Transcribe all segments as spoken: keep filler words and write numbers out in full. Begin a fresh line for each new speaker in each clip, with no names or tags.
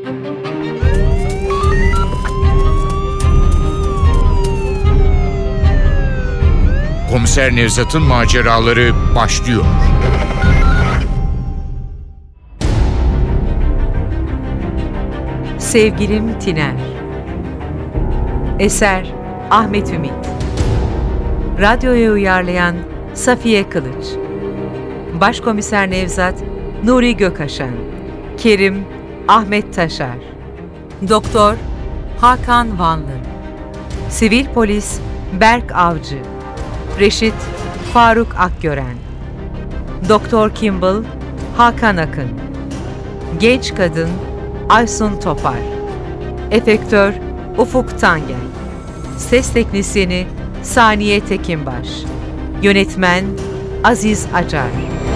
Komiser Nevzat'ın maceraları başlıyor.
Sevgilim Tiner. Eser Ahmet Ümit. Radyoya uyarlayan Safiye Kılıç. Başkomiser Nevzat Nuri Gökaşan. Kerim Ahmet Taşar. Doktor Hakan Vanlı. Sivil polis Berk Avcı. Reşit Faruk Akgören. Doktor Kimball Hakan Akın. Genç kadın Aysun Topar. Efektör Ufuk Tangel. Ses teknisyeni Saniye Tekinbaş. Yönetmen Aziz Acar.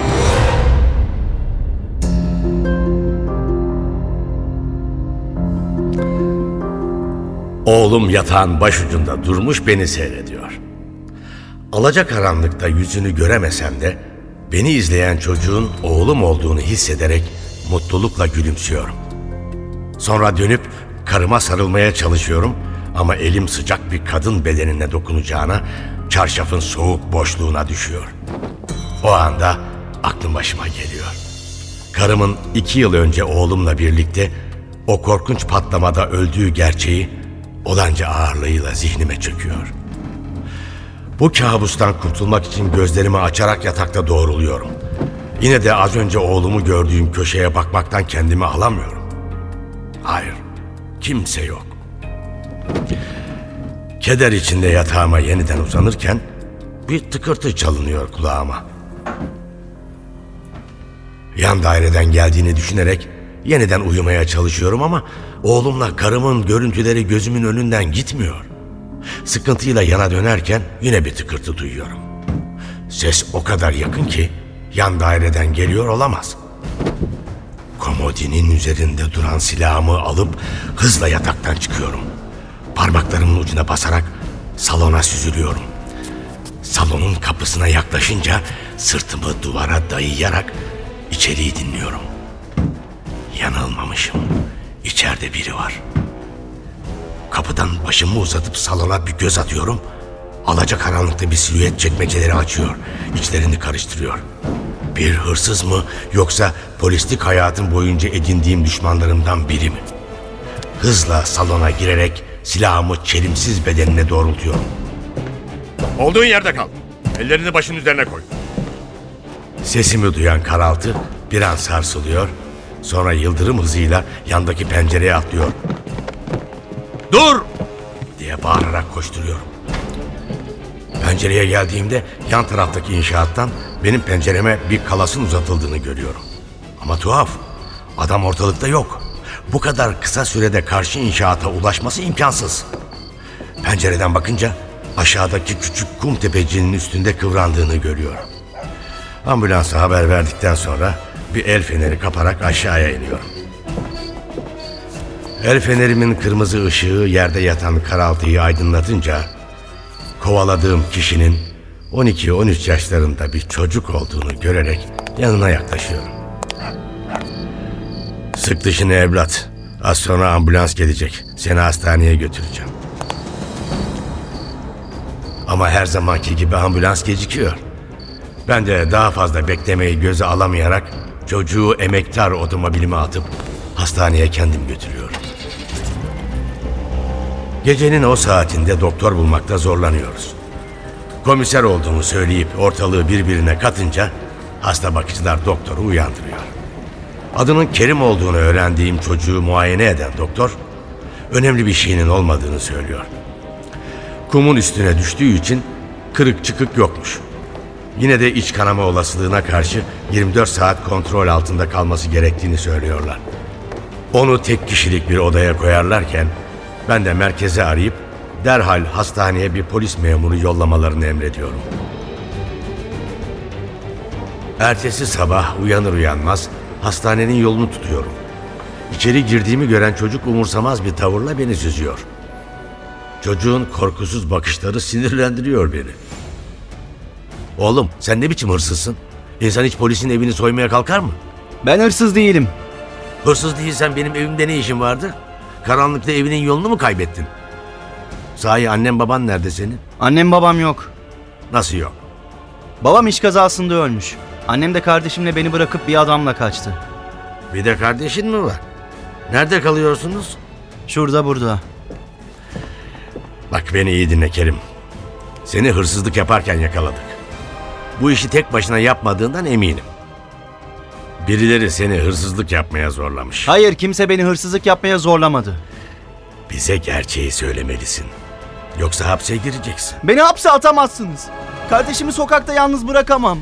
Oğlum yatağın başucunda durmuş beni seyrediyor. Alacakaranlıkta yüzünü göremesem de beni izleyen çocuğun oğlum olduğunu hissederek mutlulukla gülümsüyorum. Sonra dönüp karıma sarılmaya çalışıyorum ama elim sıcak bir kadın bedenine dokunacağına çarşafın soğuk boşluğuna düşüyor. O anda aklım başıma geliyor. Karımın iki yıl önce oğlumla birlikte o korkunç patlamada öldüğü gerçeği olanca ağırlığıyla zihnime çöküyor. Bu kabustan kurtulmak için gözlerimi açarak yatakta doğruluyorum. Yine de az önce oğlumu gördüğüm köşeye bakmaktan kendimi alamıyorum. Hayır, kimse yok. Keder içinde yatağıma yeniden uzanırken bir tıkırtı çalınıyor kulağıma. Yan daireden geldiğini düşünerek yeniden uyumaya çalışıyorum ama oğlumla karımın görüntüleri gözümün önünden gitmiyor. Sıkıntıyla yana dönerken yine bir tıkırtı duyuyorum. Ses o kadar yakın ki yan daireden geliyor olamaz. Komodinin üzerinde duran silahımı alıp hızla yataktan çıkıyorum. Parmaklarımın ucuna basarak salona süzülüyorum. Salonun kapısına yaklaşınca sırtımı duvara dayayarak içeriği dinliyorum. Yanılmamışım. İçeride biri var. Kapıdan başımı uzatıp salona bir göz atıyorum. Alacakaranlıkta bir silüet çekmeceleri açıyor. İçlerini karıştırıyor. Bir hırsız mı yoksa polislik hayatım boyunca edindiğim düşmanlarımdan biri mi? Hızla salona girerek silahımı çelimsiz bedenine doğrultuyorum.
Olduğun yerde kal. Ellerini başın üzerine koy.
Sesimi duyan karaltı bir an sarsılıyor. Sonra yıldırım hızıyla yandaki pencereye atlıyor. "Dur!" diye bağırarak koşturuyorum. Pencereye geldiğimde yan taraftaki inşaattan benim pencereme bir kalasın uzatıldığını görüyorum. Ama tuhaf, adam ortalıkta yok. Bu kadar kısa sürede karşı inşaata ulaşması imkansız. Pencereden bakınca aşağıdaki küçük kum tepecinin üstünde kıvrandığını görüyorum. Ambulansa haber verdikten sonra bir el feneri kaparak aşağıya iniyorum. El fenerimin kırmızı ışığı yerde yatan karaltıyı aydınlatınca kovaladığım kişinin on iki on üç yaşlarında bir çocuk olduğunu görerek yanına yaklaşıyorum. "Sık dişini evlat. Az sonra ambulans gelecek. Seni hastaneye götüreceğim." Ama her zamanki gibi ambulans gecikiyor. Ben de daha fazla beklemeyi göze alamayarak çocuğu emektar otomobilime atıp hastaneye kendim götürüyorum. Gecenin o saatinde doktor bulmakta zorlanıyoruz. Komiser olduğumu söyleyip ortalığı birbirine katınca hasta bakıcılar doktoru uyandırıyor. Adının Kerim olduğunu öğrendiğim çocuğu muayene eden doktor önemli bir şeyinin olmadığını söylüyor. Kumun üstüne düştüğü için kırık çıkık yokmuş. Yine de iç kanama olasılığına karşı yirmi dört saat kontrol altında kalması gerektiğini söylüyorlar. Onu tek kişilik bir odaya koyarlarken ben de merkeze arayıp derhal hastaneye bir polis memuru yollamalarını emrediyorum. Ertesi sabah uyanır uyanmaz hastanenin yolunu tutuyorum. İçeri girdiğimi gören çocuk umursamaz bir tavırla beni süzüyor. Çocuğun korkusuz bakışları sinirlendiriyor beni. "Oğlum sen ne biçim hırsızsın? İnsan hiç polisin evini soymaya kalkar mı?"
Ben hırsız değilim.
Hırsız değilsen benim evimde ne işin vardı? Karanlıkta evinin yolunu mu kaybettin? Sahi annen baban nerede senin?
Annem babam yok.
Nasıl yok?
Babam iş kazasında ölmüş. Annem de kardeşimle beni bırakıp bir adamla kaçtı.
Bir de kardeşin mi var? Nerede kalıyorsunuz?
Şurada burada.
Bak beni iyi dinle Kerim. Seni hırsızlık yaparken yakaladık. Bu işi tek başına yapmadığından eminim. Birileri seni hırsızlık yapmaya zorlamış.
Hayır, kimse beni hırsızlık yapmaya zorlamadı.
Bize gerçeği söylemelisin. Yoksa hapse gireceksin.
Beni hapse atamazsınız. Kardeşimi sokakta yalnız bırakamam.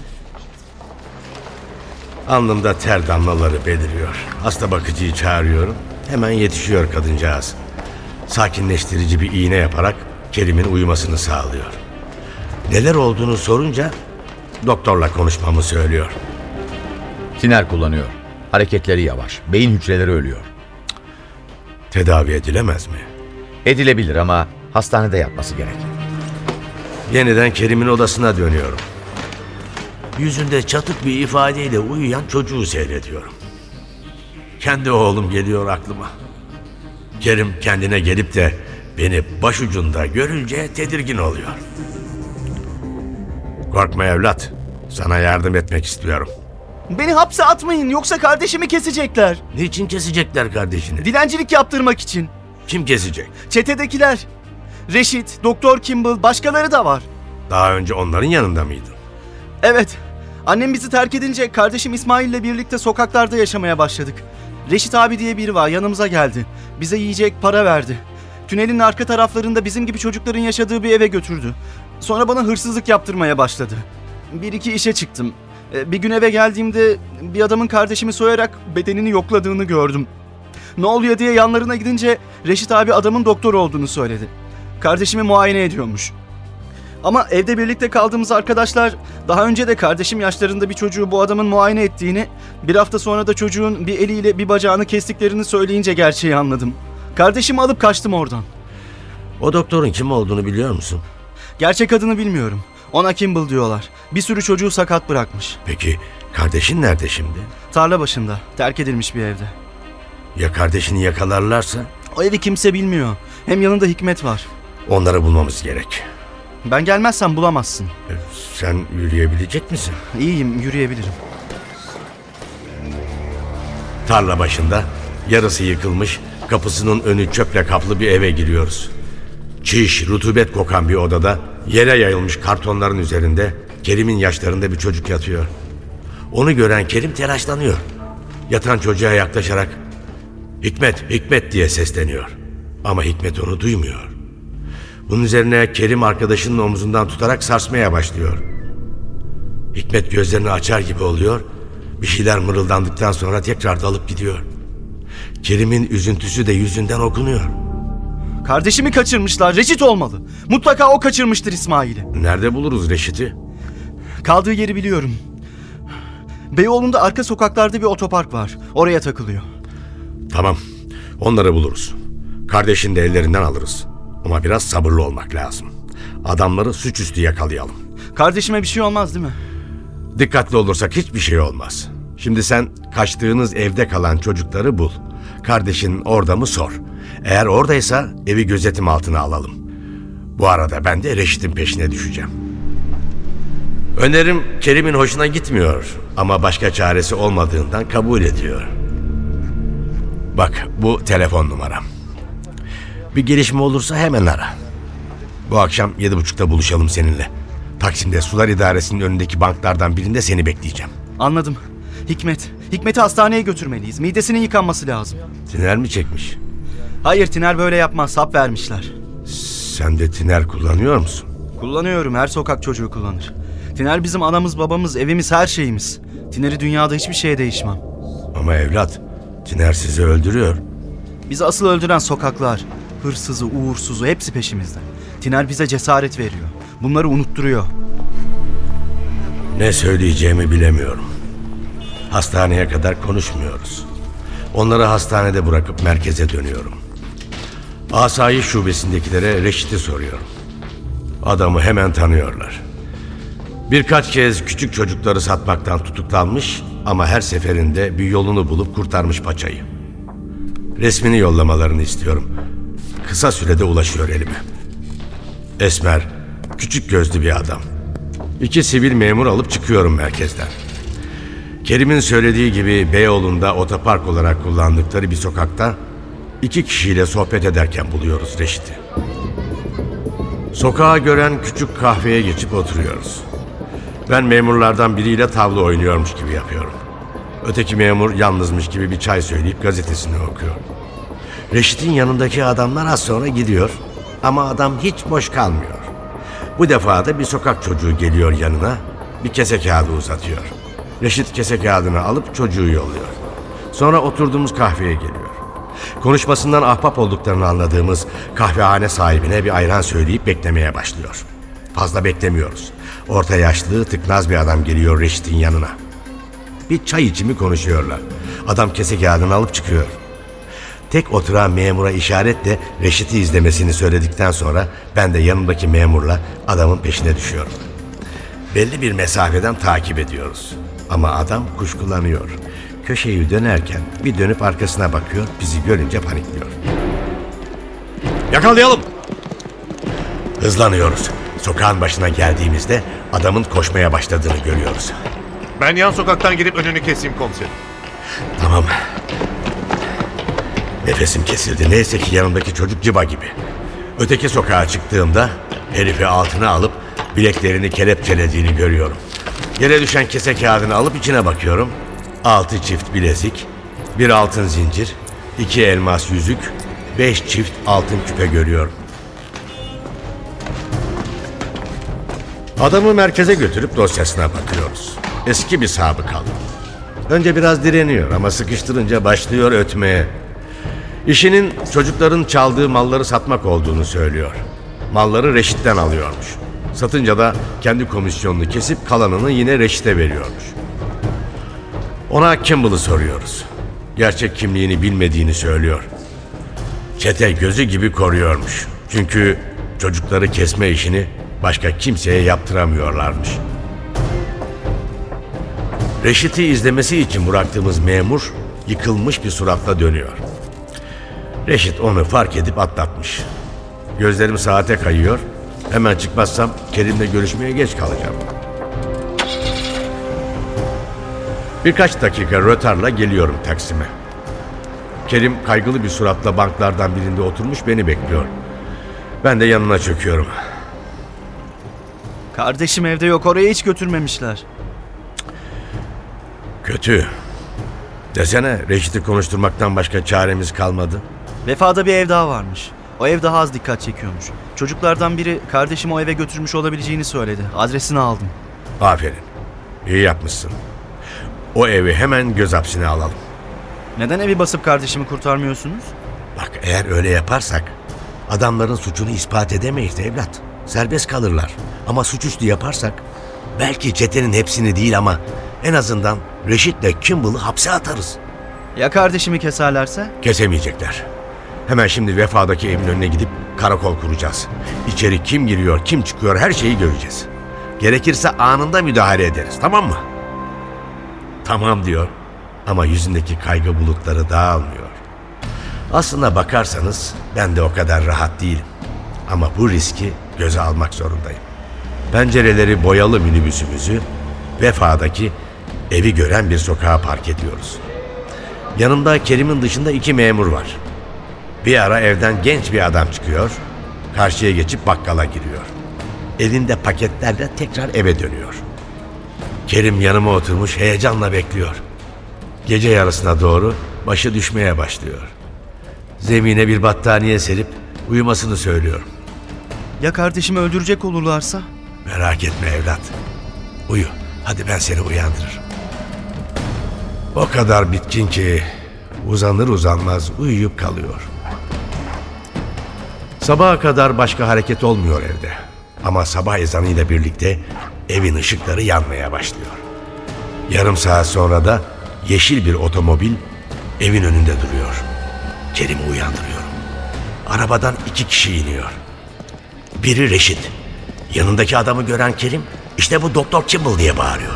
Alnımda ter damlaları beliriyor. Hasta bakıcıyı çağırıyorum. Hemen yetişiyor kadıncağız. Sakinleştirici bir iğne yaparak Kerim'in uyumasını sağlıyor. Neler olduğunu sorunca doktorla konuşmamı söylüyor.
Tiner kullanıyor. Hareketleri yavaş. Beyin hücreleri ölüyor.
Tedavi edilemez mi?
Edilebilir ama hastanede yapması gerek.
Yeniden Kerim'in odasına dönüyorum. Yüzünde çatık bir ifadeyle uyuyan çocuğu seyrediyorum. Kendi oğlum geliyor aklıma. Kerim kendine gelip de beni başucunda görünce tedirgin oluyor. Korkma evlat. Sana yardım etmek istiyorum.
Beni hapse atmayın, yoksa kardeşimi kesecekler.
Niçin kesecekler kardeşini?
Dilencilik yaptırmak için.
Kim kesecek?
Çetedekiler. Reşit, Doktor Kimball, başkaları da var.
Daha önce onların yanında mıydın?
Evet. Annem bizi terk edince kardeşim İsmail ile birlikte sokaklarda yaşamaya başladık. Reşit abi diye biri var, yanımıza geldi. Bize yiyecek para verdi. Tünelin arka taraflarında bizim gibi çocukların yaşadığı bir eve götürdü. Sonra bana hırsızlık yaptırmaya başladı. Bir iki işe çıktım. Bir gün eve geldiğimde bir adamın kardeşimi soyarak bedenini yokladığını gördüm. Ne oluyor diye yanlarına gidince Reşit abi adamın doktor olduğunu söyledi. Kardeşimi muayene ediyormuş. Ama evde birlikte kaldığımız arkadaşlar daha önce de kardeşim yaşlarında bir çocuğu bu adamın muayene ettiğini, bir hafta sonra da çocuğun bir eliyle bir bacağını kestiklerini söyleyince gerçeği anladım. Kardeşimi alıp kaçtım oradan.
O doktorun kim olduğunu biliyor musun?
Gerçek adını bilmiyorum. Ona Kimball diyorlar. Bir sürü çocuğu sakat bırakmış.
Peki kardeşin nerede şimdi?
Tarla başında, terk edilmiş bir evde.
Ya kardeşini yakalarlarsa?
O evi kimse bilmiyor. Hem yanında Hikmet var.
Onları bulmamız gerek.
Ben gelmezsem bulamazsın.
E, Sen yürüyebilecek misin?
İyiyim, yürüyebilirim.
Tarla başında yarısı yıkılmış, kapısının önü çöple kaplı bir eve giriyoruz. Çiş, rutubet kokan bir odada yere yayılmış kartonların üzerinde Kerim'in yaşlarında bir çocuk yatıyor. Onu gören Kerim telaşlanıyor. Yatan çocuğa yaklaşarak "Hikmet, Hikmet" diye sesleniyor. Ama Hikmet onu duymuyor. Bunun üzerine Kerim arkadaşının omzundan tutarak sarsmaya başlıyor. Hikmet gözlerini açar gibi oluyor. Bir şeyler mırıldandıktan sonra tekrar dalıp gidiyor. Kerim'in üzüntüsü de yüzünden okunuyor.
Kardeşimi kaçırmışlar. Reşit olmalı. Mutlaka o kaçırmıştır İsmail'i.
Nerede buluruz Reşit'i?
Kaldığı yeri biliyorum. Beyoğlu'nda arka sokaklarda bir otopark var. Oraya takılıyor.
Tamam, onları buluruz. Kardeşini de ellerinden alırız. Ama biraz sabırlı olmak lazım. Adamları suçüstü yakalayalım.
Kardeşime bir şey olmaz değil mi?
Dikkatli olursak hiçbir şey olmaz. Şimdi sen kaçtığınız evde kalan çocukları bul. Kardeşin orada mı sor. Eğer oradaysa evi gözetim altına alalım. Bu arada ben de Reşit'in peşine düşeceğim. Önerim Kerim'in hoşuna gitmiyor ama başka çaresi olmadığından kabul ediyor. Bak, bu telefon numaram. Bir gelişme olursa hemen ara. Bu akşam yedi buçukta buluşalım seninle. Taksim'de Sular İdaresi'nin önündeki banklardan birinde seni bekleyeceğim.
Anladım. Hikmet. Hikmet'i hastaneye götürmeliyiz. Midesinin yıkanması lazım.
Tiner mi çekmiş?
Hayır, Tiner böyle yapmaz. Hap vermişler.
Sen de tiner kullanıyor musun?
Kullanıyorum. Her sokak çocuğu kullanır. Tiner bizim anamız, babamız, evimiz, her şeyimiz. Tiner'i dünyada hiçbir şeye değişmem.
Ama evlat, tiner sizi öldürüyor.
Bizi asıl öldüren sokaklar. Hırsızı, uğursuzu hepsi peşimizde. Tiner bize cesaret veriyor. Bunları unutturuyor.
Ne söyleyeceğimi bilemiyorum. Hastaneye kadar konuşmuyoruz. Onları hastanede bırakıp merkeze dönüyorum. Asayiş şubesindekilere Reşit'i soruyorum. Adamı hemen tanıyorlar. Birkaç kez küçük çocukları satmaktan tutuklanmış ama her seferinde bir yolunu bulup kurtarmış paçayı. Resmini yollamalarını istiyorum. Kısa sürede ulaşıyor elime. Esmer, küçük gözlü bir adam. İki sivil memur alıp çıkıyorum merkezden. Kerim'in söylediği gibi Beyoğlu'nda otopark olarak kullandıkları bir sokakta iki kişiyle sohbet ederken buluyoruz Reşit'i. Sokağı gören küçük kahveye geçip oturuyoruz. Ben memurlardan biriyle tavla oynuyormuş gibi yapıyorum. Öteki memur yalnızmış gibi bir çay söyleyip gazetesini okuyor. Reşit'in yanındaki adamlar az sonra gidiyor ama adam hiç boş kalmıyor. Bu defa da bir sokak çocuğu geliyor yanına, bir kese kağıdı uzatıyor. Reşit kese kağıdını alıp çocuğu yolluyor. Sonra oturduğumuz kahveye geliyor. Konuşmasından ahbap olduklarını anladığımız kahvehane sahibine bir ayran söyleyip beklemeye başlıyor. Fazla beklemiyoruz. Orta yaşlı, tıknaz bir adam geliyor Reşit'in yanına. Bir çay içimi konuşuyorlar. Adam kese kağıdını alıp çıkıyor. Tek oturan memura işaretle Reşit'i izlemesini söyledikten sonra ben de yanımdaki memurla adamın peşine düşüyorum. Belli bir mesafeden takip ediyoruz. Ama adam kuşkulanıyor. Köşeyi dönerken bir dönüp arkasına bakıyor, bizi görünce panikliyor.
Yakalayalım.
Hızlanıyoruz. Sokağın başına geldiğimizde adamın koşmaya başladığını görüyoruz.
Ben yan sokaktan girip önünü keseyim komiserim.
Tamam. Nefesim kesildi. Neyse ki yanımdaki çocuk civa gibi. Öteki sokağa çıktığımda herifi altına alıp bileklerini kelepçelediğini görüyorum. Yere düşen kese kağıdını alıp içine bakıyorum. Altı çift bilezik, bir altın zincir, iki elmas yüzük, beş çift altın küpe görüyorum. Adamı merkeze götürüp dosyasına bakıyoruz. Eski bir sabıkalı. Önce biraz direniyor ama sıkıştırınca başlıyor ötmeye. İşinin çocukların çaldığı malları satmak olduğunu söylüyor. Malları Reşit'ten alıyormuş. Satınca da kendi komisyonunu kesip kalanını yine Reşit'e veriyormuş. Ona Kimball'ı soruyoruz. Gerçek kimliğini bilmediğini söylüyor. Çete gözü gibi koruyormuş. Çünkü çocukları kesme işini başka kimseye yaptıramıyorlarmış. Reşit'i izlemesi için bıraktığımız memur yıkılmış bir suratla dönüyor. Reşit onu fark edip atlatmış. Gözlerim saate kayıyor. Hemen çıkmazsam Kerim'le görüşmeye geç kalacağım. Birkaç dakika rötarla geliyorum Taksim'e. Kerim kaygılı bir suratla banklardan birinde oturmuş beni bekliyor. Ben de yanına çöküyorum.
Kardeşim evde yok, oraya hiç götürmemişler.
Kötü. Desene Reşit'i konuşturmaktan başka çaremiz kalmadı.
Vefa'da bir ev daha varmış. O ev daha az dikkat çekiyormuş. Çocuklardan biri kardeşimi o eve götürmüş olabileceğini söyledi. Adresini aldım.
Aferin. İyi yapmışsın. O evi hemen göz hapsine alalım.
Neden evi basıp kardeşimi kurtarmıyorsunuz?
Bak eğer öyle yaparsak adamların suçunu ispat edemeyiz evlat. Serbest kalırlar. Ama suçüstü yaparsak belki çetenin hepsini değil ama en azından Reşit'le Kimball'ı hapse atarız.
Ya kardeşimi keserlerse?
Kesemeyecekler. Hemen şimdi Vefa'daki evin önüne gidip karakol kuracağız. İçeri kim giriyor, kim çıkıyor her şeyi göreceğiz. Gerekirse anında müdahale ederiz, tamam mı? Tamam diyor ama yüzündeki kaygı bulutları dağılmıyor. Aslına bakarsanız ben de o kadar rahat değilim. Ama bu riski göze almak zorundayım. Pencereleri boyalı minibüsümüzü Vefa'daki evi gören bir sokağa park ediyoruz. Yanımda Kerim'in dışında iki memur var. Bir ara evden genç bir adam çıkıyor, karşıya geçip bakkala giriyor. Elinde paketlerle tekrar eve dönüyor. Kerim yanıma oturmuş heyecanla bekliyor. Gece yarısına doğru başı düşmeye başlıyor. Zemine bir battaniye serip uyumasını söylüyorum.
Ya kardeşimi öldürecek olurlarsa?
Merak etme evlat. Uyu, hadi ben seni uyandırırım. O kadar bitkin ki uzanır uzanmaz uyuyup kalıyor. Sabaha kadar başka hareket olmuyor evde. Ama sabah ezanıyla birlikte evin ışıkları yanmaya başlıyor. Yarım saat sonra da yeşil bir otomobil evin önünde duruyor. Kerim'i uyandırıyorum. Arabadan iki kişi iniyor. Biri Reşit. Yanındaki adamı gören Kerim, işte bu Doktor Kimball diye bağırıyor.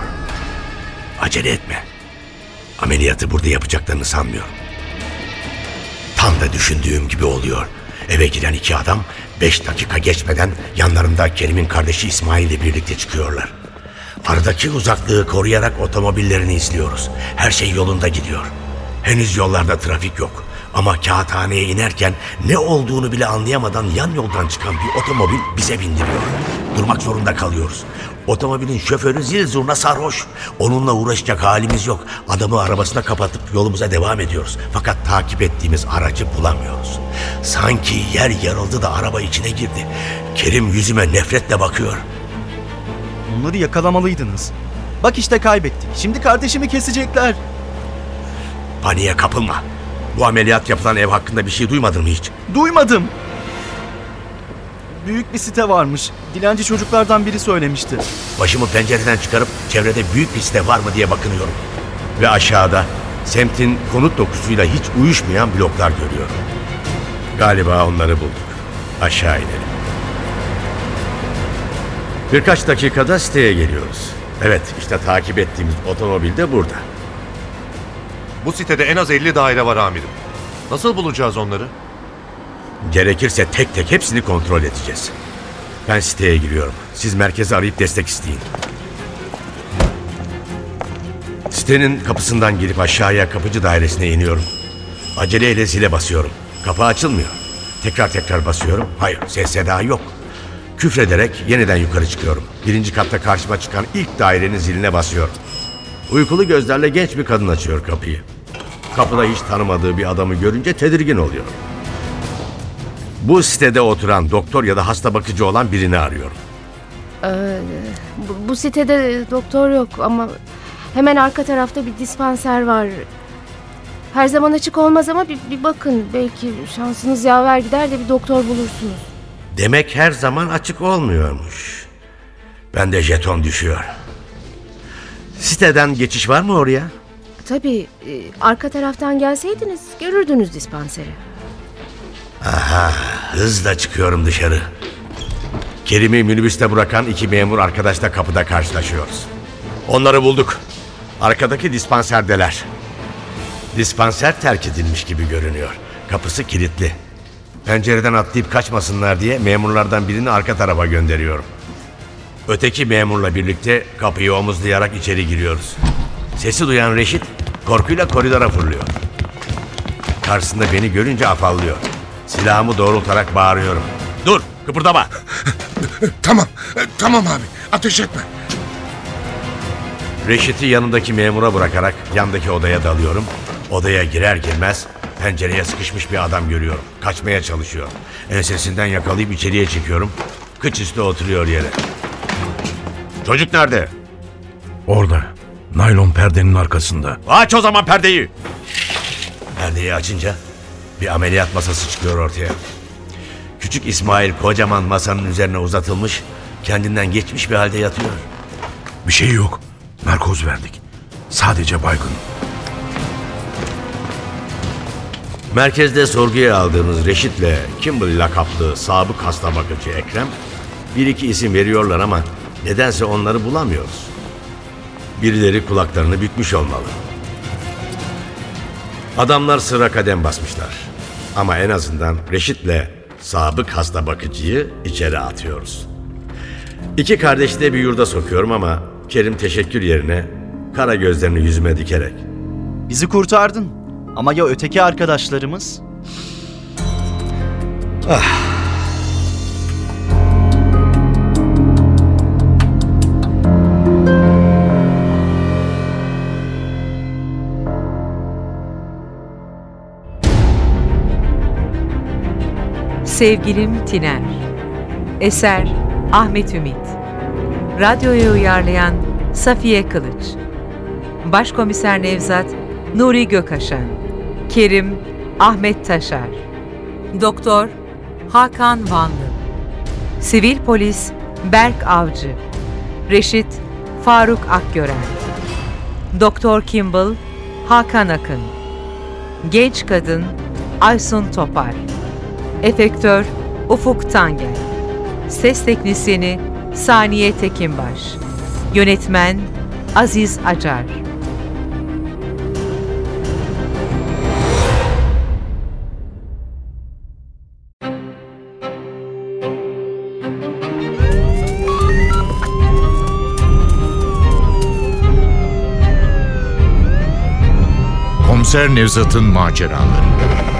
Acele etme. Ameliyatı burada yapacaklarını sanmıyorum. Tam da düşündüğüm gibi oluyor. Eve giren iki adam beş dakika geçmeden yanlarında Kerim'in kardeşi İsmail ile birlikte çıkıyorlar. Aradaki uzaklığı koruyarak otomobillerini izliyoruz. Her şey yolunda gidiyor. Henüz yollarda trafik yok. Ama kağıthaneye inerken ne olduğunu bile anlayamadan yan yoldan çıkan bir otomobil bize bindiriyor. Durmak zorunda kalıyoruz. Otomobilin şoförü zil zurna sarhoş. Onunla uğraşacak halimiz yok. Adamı arabasına kapatıp yolumuza devam ediyoruz. Fakat takip ettiğimiz aracı bulamıyoruz. Sanki yer yarıldı da araba içine girdi. Kerim yüzüme nefretle bakıyor.
Onları yakalamalıydınız. Bak işte kaybettik. Şimdi kardeşimi kesecekler.
Paniğe kapılma. Bu ameliyat yapılan ev hakkında bir şey duymadın mı hiç?
Duymadım. Büyük bir site varmış. Dilenci çocuklardan biri söylemişti.
Başımı pencereden çıkarıp çevrede büyük bir site var mı diye bakınıyorum. Ve aşağıda semtin konut dokusuyla hiç uyuşmayan bloklar görüyorum. Galiba onları bulduk. Aşağı inelim. Birkaç dakikada siteye geliyoruz. Evet, işte takip ettiğimiz otomobil de burada.
Bu sitede en az elli daire var amirim. Nasıl bulacağız onları?
Gerekirse tek tek hepsini kontrol edeceğiz. Ben siteye giriyorum. Siz merkezi arayıp destek isteyin. Sitenin kapısından girip aşağıya kapıcı dairesine iniyorum. Aceleyle zile basıyorum. Kapı açılmıyor. Tekrar tekrar basıyorum. Hayır, ses seda yok. Küfrederek yeniden yukarı çıkıyorum. Birinci katta karşıma çıkan ilk dairenin ziline basıyorum. Uykulu gözlerle genç bir kadın açıyor kapıyı. Kapıda hiç tanımadığı bir adamı görünce tedirgin oluyor. Bu sitede oturan doktor ya da hasta bakıcı olan birini arıyorum.
Ee, bu, bu sitede doktor yok ama hemen arka tarafta bir dispanser var. Her zaman açık olmaz ama bir, bir bakın. Belki şansınız yaver gider de bir doktor bulursunuz.
Demek her zaman açık olmuyormuş. Bende jeton düşüyor. Siteden geçiş var mı oraya?
Tabii e, arka taraftan gelseydiniz görürdünüz dispanseri.
Aha, hızla çıkıyorum dışarı. Kerim'i minibüste bırakan iki memur arkadaşla kapıda karşılaşıyoruz. Onları bulduk. Arkadaki dispanserdeler. Dispanser terk edilmiş gibi görünüyor. Kapısı kilitli. Pencereden atlayıp kaçmasınlar diye memurlardan birini arka tarafa gönderiyorum. Öteki memurla birlikte kapıyı omuzlayarak içeri giriyoruz. Sesi duyan Reşit korkuyla koridora fırlıyor. Karşısında beni görünce afallıyor. Silahımı doğrultarak bağırıyorum. Dur, kıpırdama.
Tamam, tamam abi. Ateş etme.
Reşit'i yanındaki memura bırakarak yandaki odaya dalıyorum. Odaya girer girmez pencereye sıkışmış bir adam görüyorum. Kaçmaya çalışıyor. Ensesinden yakalayıp içeriye çekiyorum. Kıç üstü oturuyor yere. Çocuk nerede?
Orada. Naylon perdenin arkasında.
Aç o zaman perdeyi. Perdeyi açınca bir ameliyat masası çıkıyor ortaya. Küçük İsmail kocaman masanın üzerine uzatılmış, kendinden geçmiş bir halde yatıyor.
Bir şey yok. Narkoz verdik. Sadece baygın.
Merkezde sorguya aldığımız Reşit'le Kimball lakaplı sabık hasta bakıcı Ekrem bir iki isim veriyorlar ama nedense onları bulamıyoruz. Birileri kulaklarını bükmüş olmalı. Adamlar sıra kadem basmışlar. Ama en azından Reşit'le sabık hasta bakıcıyı içeri atıyoruz. İki kardeşi de bir yurda sokuyorum ama Kerim teşekkür yerine kara gözlerini yüzüme dikerek
Bizi kurtardın. Ama ya öteki arkadaşlarımız?
Sevgilim Tiner. Eser Ahmet Ümit. Radyoya uyarlayan Safiye Kılıç. Başkomiser Nevzat Nuri Gökaşan. Kerim Ahmet Taşar. Doktor Hakan Vanlı. Sivil Polis Berk Avcı. Reşit Faruk Akgören. Doktor Kimball Hakan Akın. Genç Kadın Aysun Topar. Efektör Ufuk Tangel. Ses Teknisyeni Saniye Tekinbaş. Yönetmen Aziz Acar.
Başkomiser Nevzat'ın maceraları.